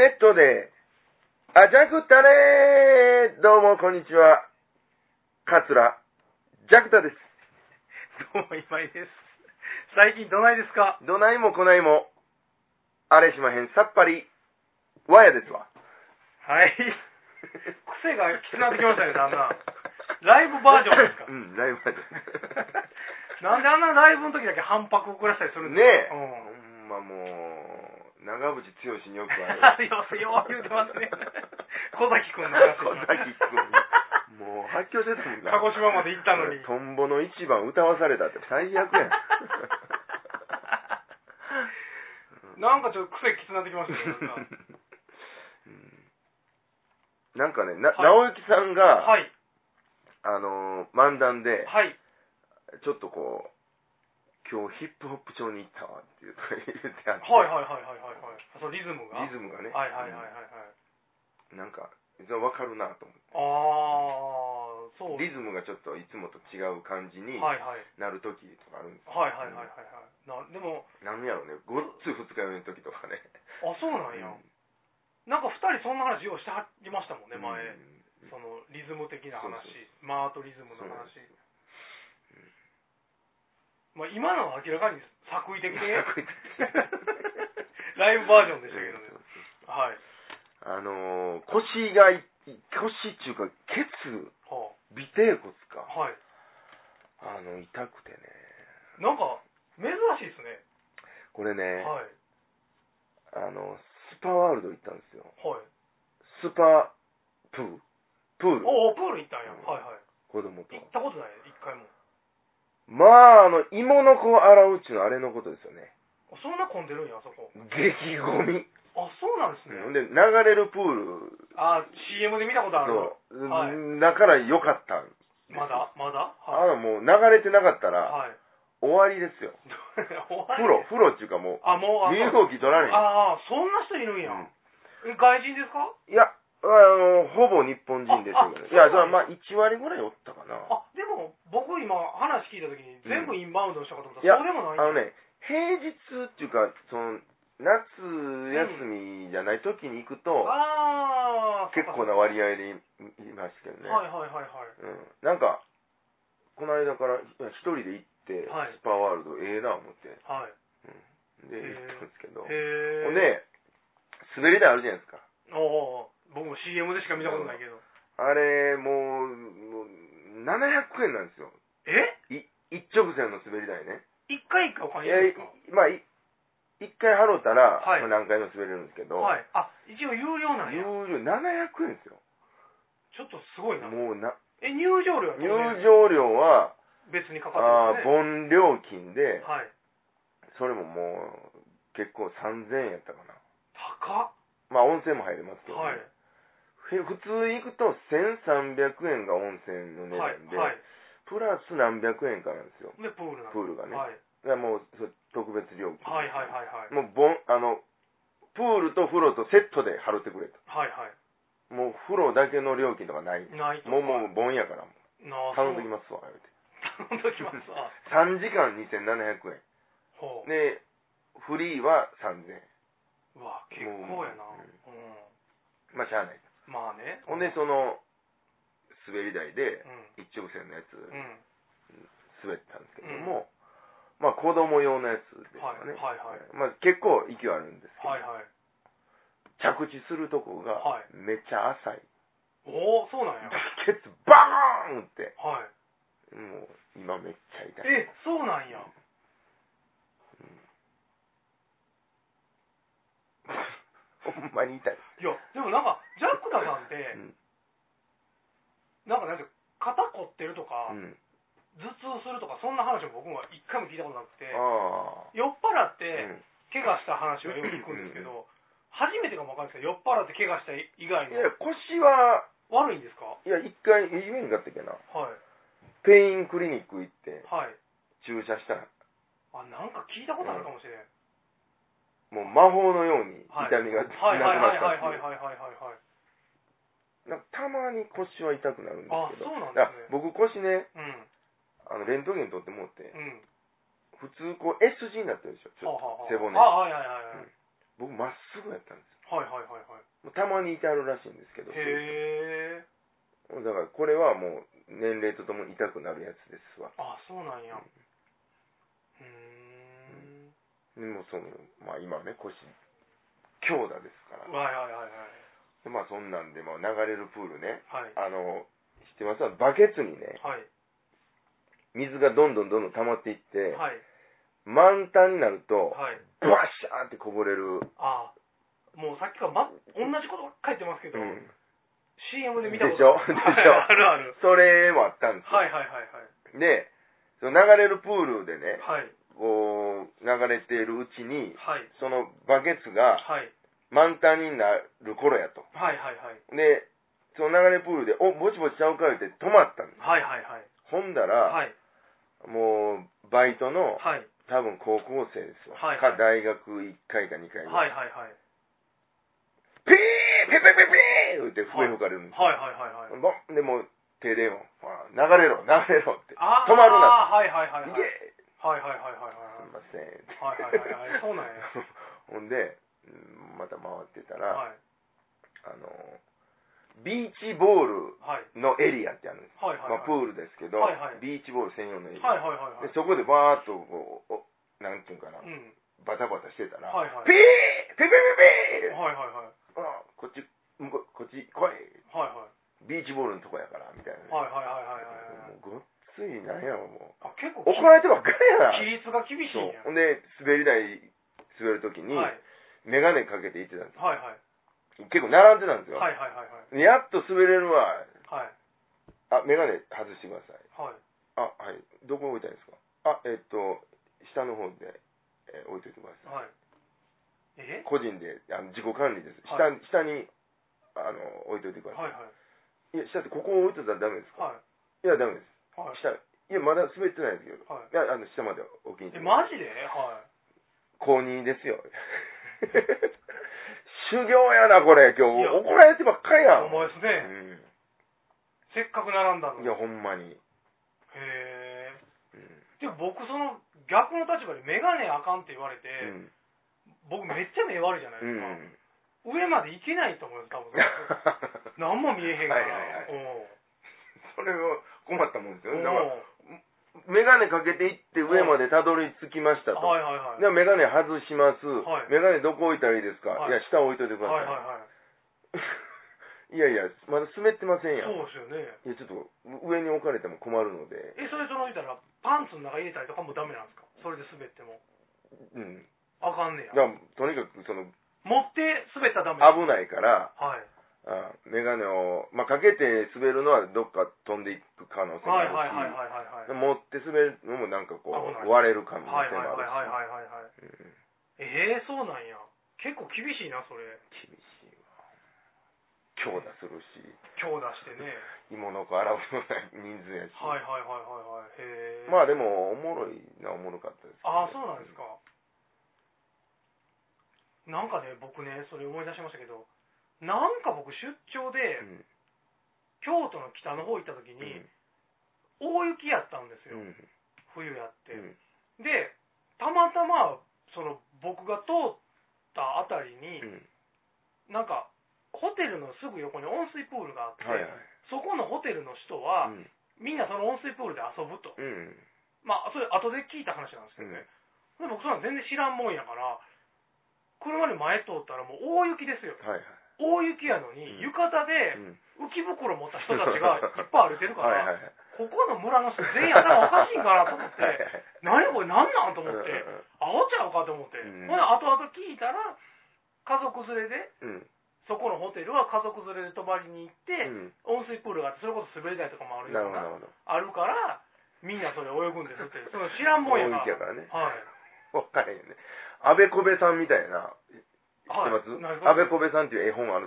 ネットで、あじゃくったねー。どうもこんにちは。桂ジャクタです。 どうも今井です。最近どないですか？ どないもこないも、あれしまへん、さっぱり、わやですわ。 はい。癖がきつなってきましたね、だんだん。ライブバージョンですか？ うん、ライブバージョン。 なんであんなライブの時だけ反拍遅らしたりするんですねえ。 か？ ほんまもう、長渕剛によくよう言うてますね。小崎くんの話。 小崎くん。もう発狂してたもんな。 鹿児島まで行ったのに。 トンボの一番歌わされたって最悪やん。 なんかちょっと癖きつなってきましたね。 なんかね、直之さんが、 はい。 漫談で、 はい。 ちょっとこう、今日ヒップホップ調に行ったわって言ってあって。 はいはいはいはいはい。そのリズムが。 リズムがね。 はいはいはいはい。 なんか、わかるなと思って。 ああ、そう。 リズムがちょっといつもと違う感じになるときとかあるんですよ。 はいはいはいはい。でも、 なんやろね、ごっつ二日酔いの時とかね。 あ、そうなんや。なんか二人そんな話ようしてはりましたもんね、前。そのリズム的な話、間とリズムの話。まあ今のは明らかに作為的でライブバージョンでしたけどね。はい。 腰っていうか、ケツ、尾底骨か。 はい。 痛くてね。 なんか、珍しいですね。 これね、 はい。 スパワールド行ったんですよ。 はい。 スパプール。 おお、プール行ったんや。はいはい。 子供と。 行ったことない、一回も。 まあ、芋の子を洗うっちゅうのはあれのことですよね。 そんな混んでるんや、あそこ。 激ゴミ。 あ、そうなんですね。 で、流れるプール。 CM で見たことある。 そう。はい、だから良かった。 まだはい、もう流れてなかったら、はい、終わりですよ。風呂っていうかもう、身動き取られへん。 ああ、そんな人いるんや。外人ですか？ いや、ほぼ日本人ですよね。いや、それはまあ1割ぐらいおったかな。 でも、僕今話聞いたときに全部インバウンドの人かと思ったら、そうでもないんや。 平日っていうか、夏休みじゃない時に行くと、結構な割合でいますけどね。 はいはいはいはい。 なんか、この間から一人で行って、スパワールドええな思って。 はい。 で、行ったんですけど。 へほんで、滑り台あるじゃないですか。 僕も CM でしか見たことないけど。 あれ、もう700円なんですよ。一直線の滑り台ね。 一回お金いるんですか？ まあ、一回払うたら、何回も滑れるんですけど。 はい。一応有料なんや。 有料、700円ですよ。 ちょっとすごいな。 もう入場料は入場料は、 別にかかってるんですね。 本料金で、 はい。 それももう、結構3000円やったかな。 高っ。 まあ、温泉も入れますけど、ね。 はい。 普通行くと1300円が温泉の値段で、プラス何百円かなんですよ。 で、プールがね。 はい。 もう、特別料金。 はいはいはいはい。 もう、プールと風呂とセットで払ってくれと。 はいはい。 もう、風呂だけの料金とかない。 ないと。 もう、ボンやから。頼んできますわ、言うて。 頼んできますわ。 3時間2700円。で、フリーは3000円。 うわ、結構やな。 まあ、しゃあない。 まあね。 ほんで、滑り台で、一直線のやつ、滑ったんですけども、まあ、子供用のやつですかね。まあ、結構勢いあるんですけど、着地するとこが、めっちゃ浅い。 そうなんや。 ケツバーンって。もう、今めっちゃ痛い。 そうなんや。 ほんまに痛い。 いや、でもなんか、ジャクタさんって、なんて肩凝ってるとか、頭痛するとか、そんな話を僕も一回も聞いたことなくて、酔っ払って、怪我した話はよく聞くんですけど、初めてかもわかんないですけど、酔っ払って怪我した以外の。 いや、腰は、 悪いんですか？ いや、一回、夢にがったっけな。 はい。 ペインクリニック行って、 はい。 注射したら。 なんか聞いたことあるかもしれん。 もう魔法のように痛みがなくなったっていう。なんかたまに腰は痛くなるんですけど。 そうなんですね。 僕腰ね、レントゲン取ってもって、普通こう S 字になってるでしょ、ちょっと背骨。僕まっすぐやったんですよ。 はいはいはいはい。 たまにいてあるらしいんですけど。 へー。だからこれはもう年齢とともに痛くなるやつですわ。 あ、そうなんや。 でもまあ今ね、強打ですから。 はいはいはいはい。 でまあそんなんで、まあ、流れるプールね。 はい。 知ってます？バケツにね、 はい。 水がどんどん溜まっていって、 はい。 満タンになると、 はい。 ブワッシャーってこぼれる。 ああ。もうさっきから同じことばっかり言ってますけど、CM で見たことでしょあるある。 それもあったんですよ。 はいはいはいはい。 で、その流れるプールでね、 はい。 こう、流れているうちに、 はい。 そのバケツがはい。 満タンになる頃やと。 はいはいはい。 で、その流れプールで、ぼちぼちちゃうか言って止まったんです。 はいはいはい。 ほんだら、 はい。 もう、バイトの、 はい。 多分高校生ですわ。 はいか、大学1回か2回ぐらい。 はいはいはい。 ピーピピピピーって笛吹かれるんですよ。 はいはいはいはい。 でも、停電音。流れろって。止まるなああ、はいはいはいはい。 いけはいはいはいはいはい。 すいません。 はいはいはいはい。そうなんや。 ほんで、また回ってたら、 はい。 ビーチボールのエリアってあるんです。 はいはいはい。 まあ、プールですけど、 はいはい、 ビーチボール専用のエリア。 はいはいはいはい。 でそこでバーっとこう、なんていうかな、バタバタしてたら、 はいはい、 ピーピピピピーはいはいはい。 こっち来い。 はいはい。 ビーチボールのとこやから、みたいな。 はいはいはいはいはい。 もうごっつい、なんやろ、もう。 結構怒られてばっかりやな。 規律が厳しいんや。 ほんで、滑り台滑るときに、メガネかけて行ってたんですよ。 はいはい。 結構並んでたんですよ。 はいはいはいはい。 やっと滑れるわ。 はい。 メガネ外してください。 はい。 はい。どこ置いたらいいですか？下の方で、置いといてください。はい。個人で、自己管理です。下に、置いといてください。はいはい。いや、下ってここ置いといたらダメですか？はい。いや、ダメです。はい。下、いや、まだ滑ってないですけど。はい。いや、下まで置きに行ってください。 マジで？はい。 公認ですよ。修行やな、これ。今日、怒られてばっかりやん。 ほんまですね。せっかく並んだのに。 いや、ほんまに。 へえ。でも僕、逆の立場でメガネあかんって言われて、僕めっちゃ目悪いじゃないですか。上まで行けないと思います、多分。何も見えへんから。 それは困ったもんですよね。だから、メガネかけていって上までたどり着きましたと。はいはいはい。ではメガネ外します。はい。メガネどこ置いたらいいですか？いや、下置いといてください。はいはいはい。いやいや、まだ滑ってませんやん。 そうですよね。 いや、ちょっと上に置かれても困るので。 それ言ったら、パンツの中入れたりとかもダメなんですか？それで滑っても。あかんねや。 だからとにかく持って滑ったらダメ。 危ないから。 はい。 メガネを、かけて滑るのはどっか飛んでいく可能性もあるし、はいはいはいはいはい。持って滑るのもなんかこう、割れる可能性もあるし。はいはいはいはいはいはい。そうなんや。結構厳しいな、それ。 厳しいわ。強打するし。 強打してね。 芋の子洗うのない人数やし。 はいはいはいはいはい。へまあでも、おもろいな、おもろかったです、ね。 そうなんですか。なんかね、僕ね、それ思い出しましたけど、なんか僕出張で、京都の北の方行った時に、大雪やったんですよ。冬やって。で、たまたま、僕が通ったあたりに、なんか、ホテルのすぐ横に温水プールがあって、そこのホテルの人は、みんなその温水プールで遊ぶと。それ後で聞いた話なんですけどね。で僕そんな全然知らんもんやから、車で前通ったらもう大雪ですよ。大雪やのに、浴衣で浮き袋持った人たちがいっぱい歩いてるから、ここの村の人全員頭おかしいんかなと思って、何これ何なんと思って、アホちゃうかと思って、ほんで後々聞いたら、家族連れで、そこのホテルは家族連れで泊まりに行って、温水プールがあって、それこそ滑り台とかもあるような、あるから、みんなそれ泳ぐんですって、知らんもんやから。 大雪やからね。 はい。 分かれへんね。あべこべさんみたいな。知ってます？あべこべさんっていう絵本あるって、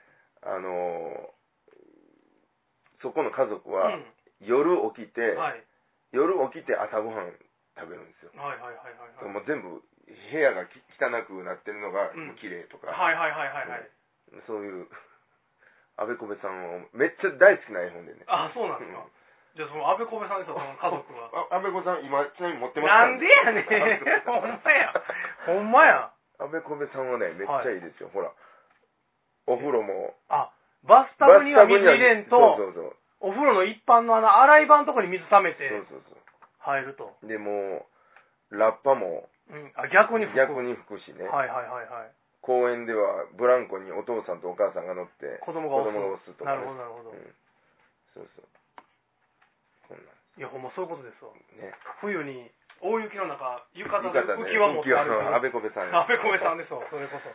そこの家族は、夜起きて朝ごはん食べるんですよ。もう全部部屋が汚くなってるのが綺麗とか、そういうあべこべさんをめっちゃ大好きな絵本でね。 そうなんですか。じゃあそのあべこべさんですよ、その家族は。 あべこべさん今ちなみに持ってますか？ なんでやねん。ほんまや。 あべこべさんはね、めっちゃいいですよ。ほら。お風呂も。 バスタブには水入れんと、 そうそうそう。 お風呂の一般の洗い場のとこに水溜めて、入ると。 で、もう、ラッパも、 逆に吹くしね。 はいはいはいはい。 公園ではブランコにお父さんとお母さんが乗って子供が押すとか、ね、 なるほどなるほど、 そうそう、こんなんいやほんまそういうことですわ、 ね、 冬に大雪の中浴衣で浮き輪持って歩くあべこべさんあべこべさんですわ、それこそ、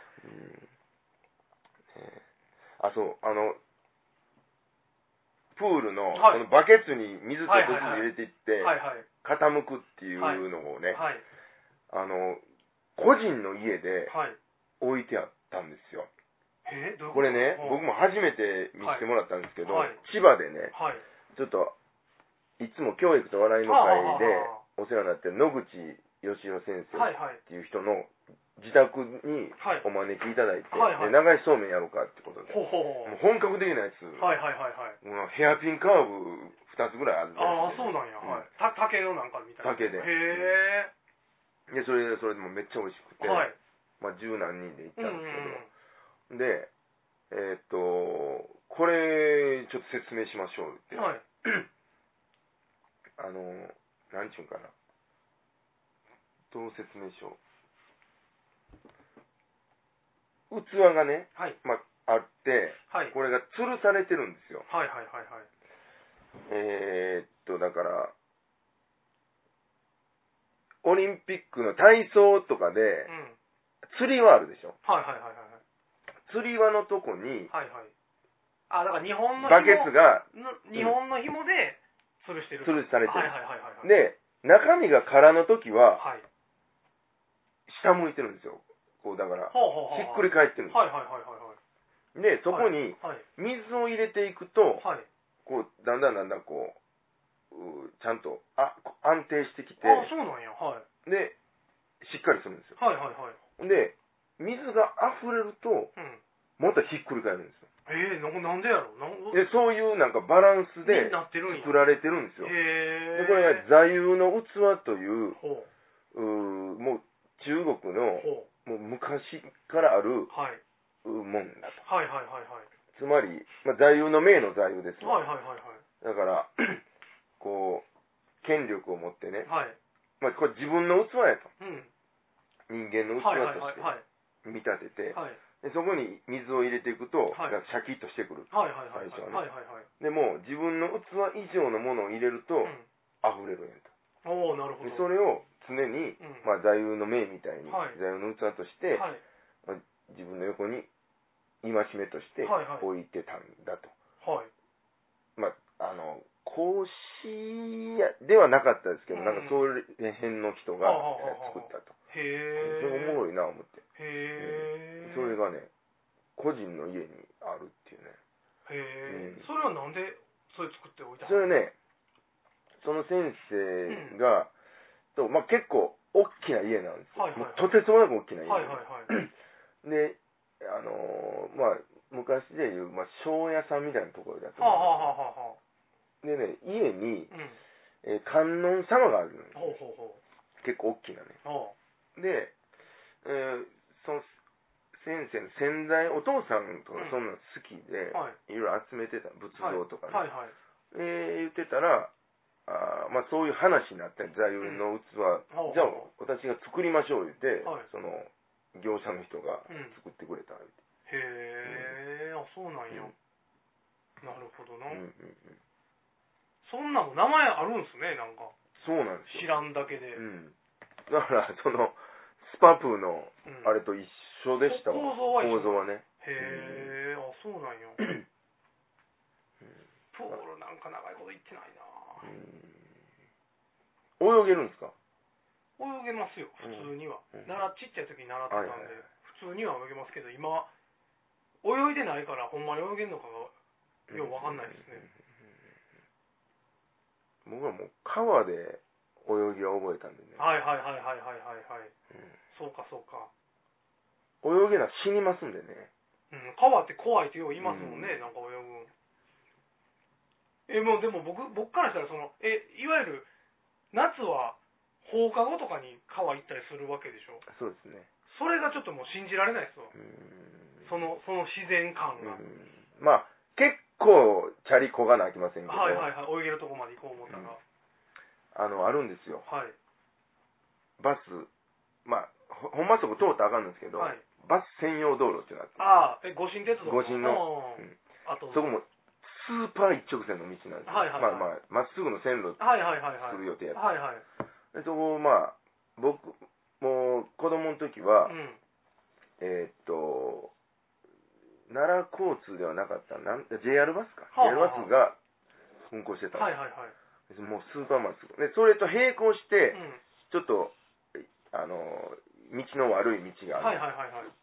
そうプールの、このバケツに水と水入れていって、傾くっていうのをね、個人の家で置いてあったんですよ。これね、僕も初めて見せてもらったんですけど、千葉でね、ちょっといつも教育と笑いの会でお世話になってる野口義雄先生っていう人の自宅にお招きいただいて、で流しそうめんやろうかってことで、もう本格的なやつ、ヘアピンカーブ2つぐらいあるんですよ。 そうなんや。竹のなんかみたいな。 竹で。で、それでもめっちゃ美味しくて、十何人で行ったんですけど、で、これちょっと説明しましょうって。なんちゅうんかな。どう説明しよう。器がね、あって、これが吊るされてるんですよ。だから、オリンピックの体操とかで、釣り輪あるでしょ。釣り輪のとこに、 だから日本のバケツが、 日本の紐で吊るしてる。 吊るされてる。で、中身が空の時は、下向いてるんですよ。こうだから、ひっくり返ってるんですよ。で、そこに水を入れていくと、こう、だんだんこう、ちゃんと安定してきて、 そうなんや。 で、しっかりするんですよ。で、水が溢れると、またひっくり返るんですよ。 なんでやろで、そういうなんかバランスで作られてるんですよ。で、これが座右の器という、もう中国の、もう昔からあるもんだと。つまり、座右の銘の座右ですわ。だから、こう、権力を持ってね、これ自分の器やと。人間の器として見立てて、でそこに水を入れていくと、シャキッとしてくる。最初はね。でも、自分の器以上のものを入れると、溢れるんやと。 なるほど。 それを常に、座右の銘みたいに、座右の器として、自分の横に戒めとして置いてたんだと。孔子ではなかったですけど、なんかそれ辺の人が作ったと。それおもろいな思って。それがね、個人の家にあるっていうね。 それはなんでそれ作っておいたの？ それね、その先生が、結構大きな家なんですよ。とてつもなく大きな家で、昔でいう、庄屋さんみたいなところだと思うんです。でね、家に、観音様があるのよ。結構大きなね。で、その先生の先代、お父さんとかそんなの好きで、いろいろ集めてた、仏像とかね。言ってたら、そういう話になって、座右の器、じゃあ私が作りましょう言って、その業者の人が作ってくれた。 そうなんや。なるほどな。そんなの名前あるんすね、なんか。 そうなんですよ。 知らんだけで。 だから、その、スパプの、あれと一緒でしたわ。構造はね。 そうなんや。プールなんか長いこと行ってないな。 泳げるんですか？ 泳げますよ、普通には。ちっちゃい時に習ってたんで、普通には泳げますけど、今、泳いでないから、ほんまに泳げんのかが、ようわかんないですね。 僕はもう川で泳ぎは覚えたんでね。 そうか。 泳げな死にますんでね。 川って怖いってよう言いますもんね、なんか泳ぐ。もうでも僕からしたらいわゆる夏は放課後とかに川行ったりするわけでしょ。 そうですね。 それがちょっともう信じられないですよ。その自然感が。 まあ、結構、チャリこがなあきませんけど。 はいはいはい。泳げるとこまで行こう思ったら。 あるんですよ。 はい。 バス、まあ、ほんまそこ通ったらあかんんですけど、はい、バス専用道路ってなって。 ああ、五神鉄道。 五神の。あとそこも、スーパー一直線の道なんですよ。はいはいはい、まあまあ、まっすぐの線路作る予定やった。はいはい。で、そこ、まあ、僕、もう、子供の時は、奈良交通ではなかった、JR バスか。JR バスが運行してたんです。はいはいはい。もうスーパーまっすぐ。で、それと並行して、ちょっと、道の悪い道がある。はいはいはいはい。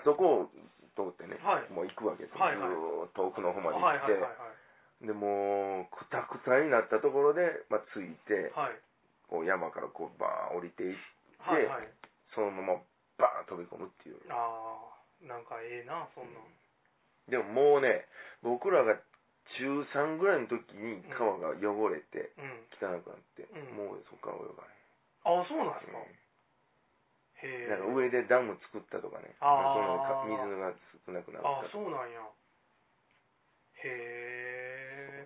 そこを通ってね、もう行くわけです。ずーっと奥の方まで行って、で、もう、くたくたになったところで、まあ、着いて、こう山からこう、バーン降りていって、そのままバーン飛び込むっていう。 ああ、なんかええな、そんな。 でももうね、僕らが中3ぐらいの時に川が汚れて、汚くなって、もうそこから泳がない。 ああ、そうなんですか。へえ。 なんか上でダム作ったとかね、そういうので水が少なくなった。 ああ、そうなんや。へえ。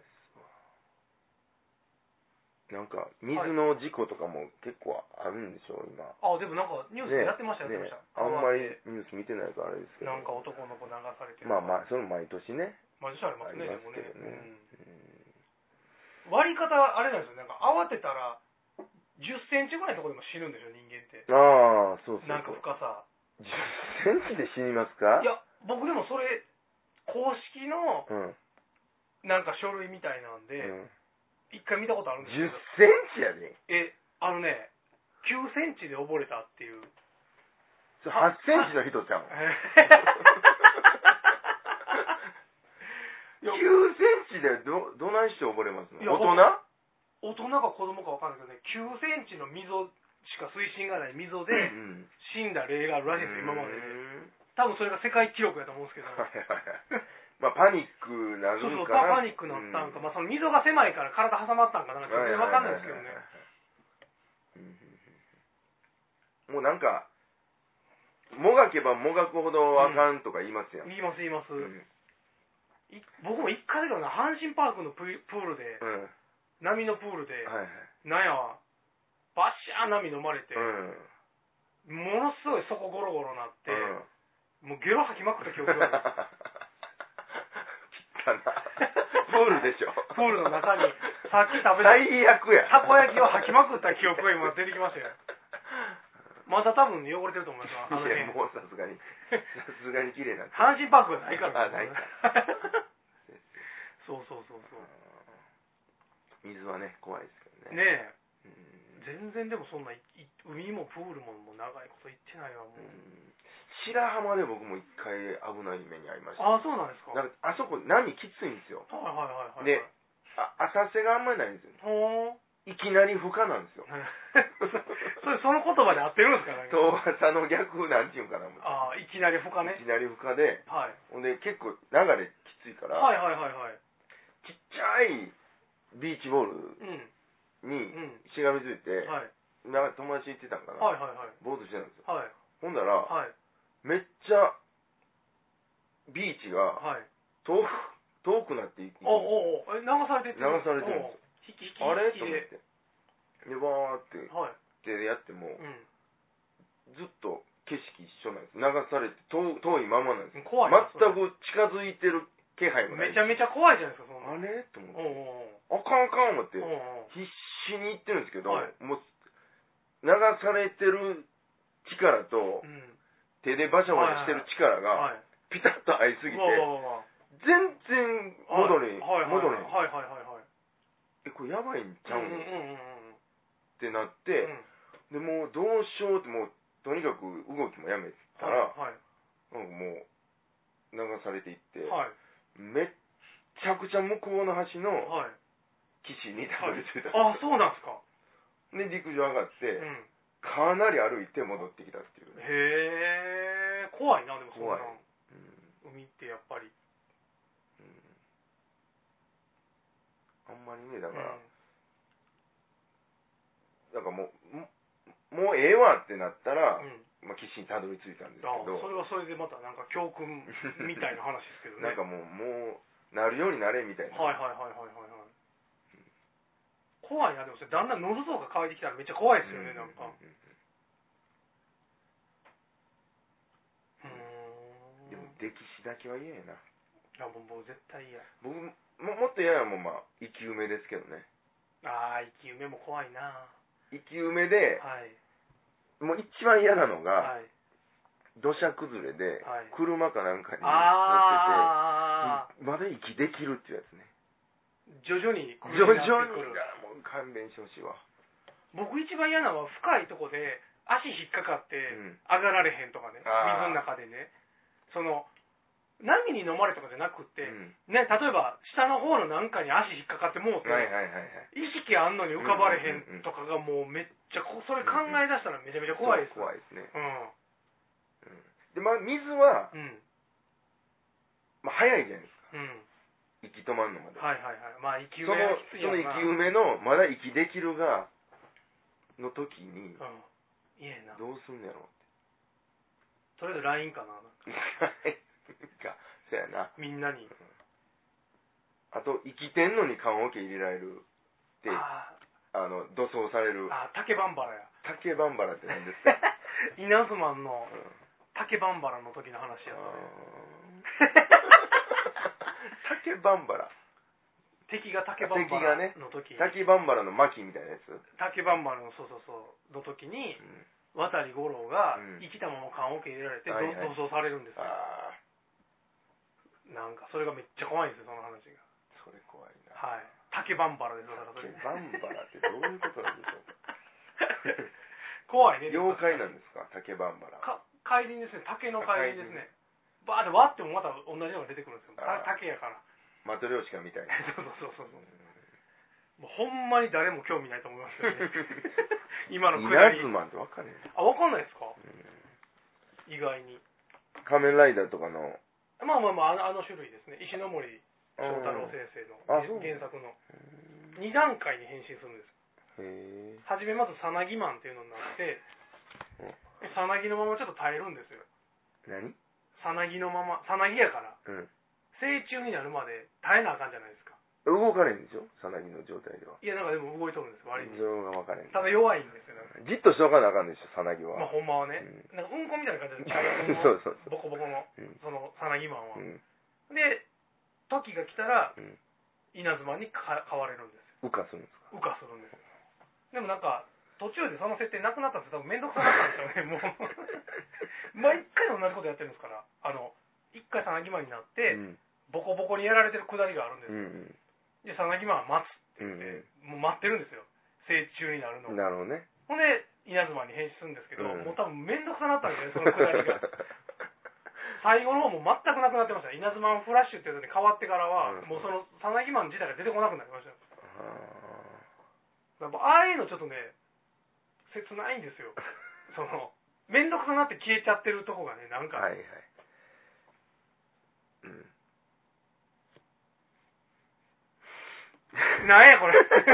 なんか、水の事故とかも結構あるんでしょう、今。 あ、でもなんかニュースでやってました、やってました。 あんまりニュース見てないからあれですけど。 なんか男の子流されてる。 まあまあ、その毎年ね。 毎年ありますね、でもね。割り方あれなんですよ。なんか慌てたら、10センチぐらいのところでも死ぬんでしょ、人間って。 ああ、そうそう。 なんか深さ。 10センチで死にますか？ いや、僕でもそれ、公式の、なんか書類みたいなんで、一回見たことあるんですけど。 10センチやで。 9センチで溺れたっていう。 8センチの人ちゃうの。9センチでどないして溺れますの？ 大人か子供か分かんないけどね、9センチの溝しか水深がない溝で死んだ例があるらしいんですよ、今までで。多分それが世界記録やと思うんですけど。 まあパニックなるんかな。 そう、パニックなったんか、まあその溝が狭いから体挟まったんかなんか全然分かんないですけどね。 もうなんか、もがけばもがくほどあかんとか言いますやん。 言います言います。僕も一回だけどな、阪神パークのプールで、波のプールで、なんやわ、バシャー波飲まれて、ものすごい底ゴロゴロなって、もうゲロ吐きまくった記憶がある。 プールでしょ。 プールの中に、さっき食べた最悪や。 たこ焼きを吐きまくった記憶が今出てきましたよ。まだ多分汚れてると思います。 いや、もうさすがに綺麗なんです。 阪神パークがないから。 あ、ないか。 そう。 水はね、怖いですけどね。 ねえ。全然でもそんな、海もプールも長いこと行ってないわ、もう。 白浜で僕も一回危ない目に遭いました。 あ、そうなんですか。 あそこ波きついんですよ。 はい。 で、浅瀬があんまりないんですよ。いきなり負荷なんですよ。 その言葉で合ってるんですかね。 遠浅の逆なんていうんかな。 ああ、いきなり負荷ね。 いきなり負荷で、ほんで結構流れきついから、ちっちゃいビーチボールにしがみついて、友達行ってたんかな。ボードしてたんですよ。ほんだら、めっちゃビーチが遠くなっていく。 流されてるんですよ。 あれと思って。で、バーってやっても、ずっと景色一緒なんです。流されて遠いままなんです。 怖い。 全く近づいてる気配もない。 めちゃめちゃ怖いじゃないですか、そんな。 あれと思って。あかん思って、必死に行ってるんですけど、もう、流されてる力と、手でバシャバシャしてる力が、ピタッと合いすぎて、全然戻れん。これやばいんちゃうんってなって、で、もうどうしようって、もう、とにかく動きもやめたら、もう、流されていって、めっちゃくちゃ向こうの端の岸にたどり着いたんですよ。 あ、そうなんですか。 で、陸上上がって、かなり歩いて戻ってきたっていう。 へー、怖いな、でもそんな。海ってやっぱり。 あんまりね、だから、なんかもう、 うええわってなったら、まあ、岸にたどり着いたんですけど、 それはそれでまたなんか教訓みたいな話ですけどね。 なんかもうなるようになれみたいな。 はいはいはいはいはいはい。怖いな。でもそれだんだん喉とか乾いてきたらめっちゃ怖いですよね、なんか。 でも溺死だけは嫌やな。 もう絶対嫌。 僕もっと嫌なもん、まあ生き埋めですけどね。 ああ、生き埋めも怖いな。 生き埋めで、 はい、 もう一番嫌なのが、 はい、 土砂崩れで、 はい、 車かなんかに乗ってて、まだ息できるっていうやつね。 徐々に徐々にもう勘弁してほしいわ。 僕一番嫌なのは深いとこで足引っかかって上がられへんとかね、水の中でね。その波に飲まれとかじゃなくって、ね、例えば下の方のなんかに足引っかかってもうて、意識あんのに浮かばれへんとかがもうめっちゃそれ考え出したらめちゃめちゃ怖いです。 怖いですね。で、まあ水は、まあ早いじゃないですか。息止まんのまで。 はいはいはい。まあ息埋めはきついその息埋めのまだ息できるがの時に、 いえな。 どうすんのやろうって。 とりあえず LINE かな。 そうやな。 みんなに。 あと、生きてんのに棺桶入れられるって、土葬される。 竹バンバラや。 竹バンバラって何ですか？ 稲妻の竹バンバラの時の話や。 竹バンバラ。 敵が竹バンバラの時。 竹バンバラの巻みたいなやつ。 竹バンバラのの時に、渡り五郎が生きたまま棺桶入れられて土葬されるんですよ。なんかそれがめっちゃ怖いんですよ、その話が。 それ怖いな。 はい。竹バンバラです。 竹バンバラってどういうことなんでしょうか。 怖いね。 妖怪なんですか、竹バンバラ。 怪人ですね。竹の怪人ですね。バーって割ってもまた同じのが出てくるんですよ。竹やから。 マトリョーシカみたいな。 そう。もうほんまに誰も興味ないと思いますよね。今のくだり。稲妻って分かんない。 分かんないですか？意外に。 仮面ライダーとかの。 まあ種類ですね。石ノ森章太郎先生の原作の2段階に変身するんですよ。はじめまずさなぎマンっていうのになって、さなぎのままちょっと耐えるんですよ。 何？ さなぎのまま、さなぎやから、成虫になるまで耐えなあかんじゃないですか。 動かれんでしょ、さなぎの状態では。 いや、なんかでも動いとるんですよ、割に。 が分かれん。 ただ弱いんですよ。 じっとしとかなあかんでしょ、さなぎは。 まあほんまはね。なんかうんこみたいな感じで、 そうボコボコの、そのさなぎマンは。で、時が来たら、稲妻に変われるんですよ。 羽化するんですか？ 羽化するんですよ。でもなんか、途中でその設定なくなったんですよ。多分めんどくさかったんですよね、もう。毎回同じことやってるんですから。一回さなぎマンになって、ボコボコにやられてるくだりがあるんですよ。で、さなぎマンは待つって言って、もう待ってるんですよ。成虫になるのを。 なるほどね。 ほんで、稲妻に変身するんですけど、もう多分めんどくさなったんですよね、そのくだりが。最後の方もう全くなくなってました。稲妻フラッシュっていうのに変わってからは、もうそのさなぎマン自体が出てこなくなりました。やっぱああいうのちょっとね、切ないんですよ。めんどくさなって消えちゃってるとこがね、なんか。 はいはい。 なんやこれ。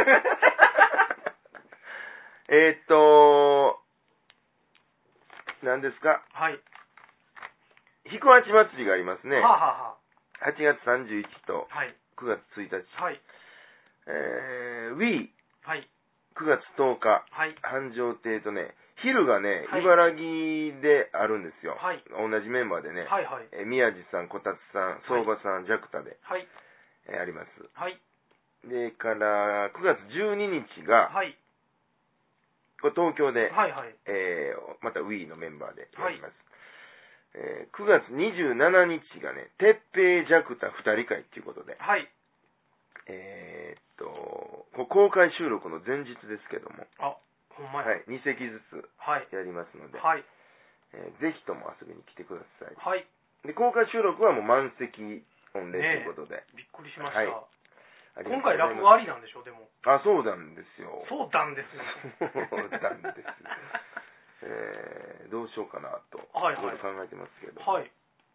何ですか？ はい。 彦八祭りがありますね。8月31と9月1日。 はい。 Wii。 はい。 9月10日。 はい。 繁盛亭とね、昼がね、茨城であるんですよ。 はい。 同じメンバーでね。 はいはい。 宮地さん、こたつさん、相場さん、ジャクタで。 はい。 あります。 はい。 でから9月12日が、 はい、 これ東京で、 はいはい、 また Wii のメンバーでやります。9月27日がね、鉄平ジャクタ2人会っていうことで、 はい、 公開収録の前日ですけども、 ほんまや、はい、2席ずつやりますので、 はい、 ぜひとも遊びに来てください。 はい、 で公開収録はもう満席御礼ということで、 びっくりしました。はい、 今回落語ありなんでしょう、でも。 そうなんですよ。 そうなんですよ。 そうなんです。どうしようかなと、 はいはい、 考えてますけど。 はい。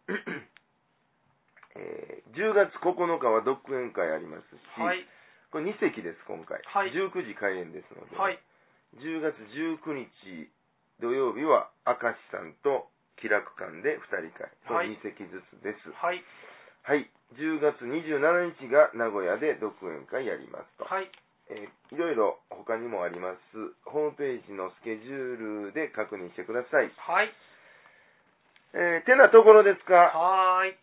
10月9日は独演会ありますし、 はい、 これ2席です、今回。 はい、 19時開演ですので、 はい、 10月19日土曜日は明石さんと気楽館で2人会、2席ずつです。 はい。 はい。10月27日が名古屋で独演会やりますと。 はい。 いろいろ他にもあります。ホームページのスケジュールで確認してください。 はい。 てなところですか。 はい。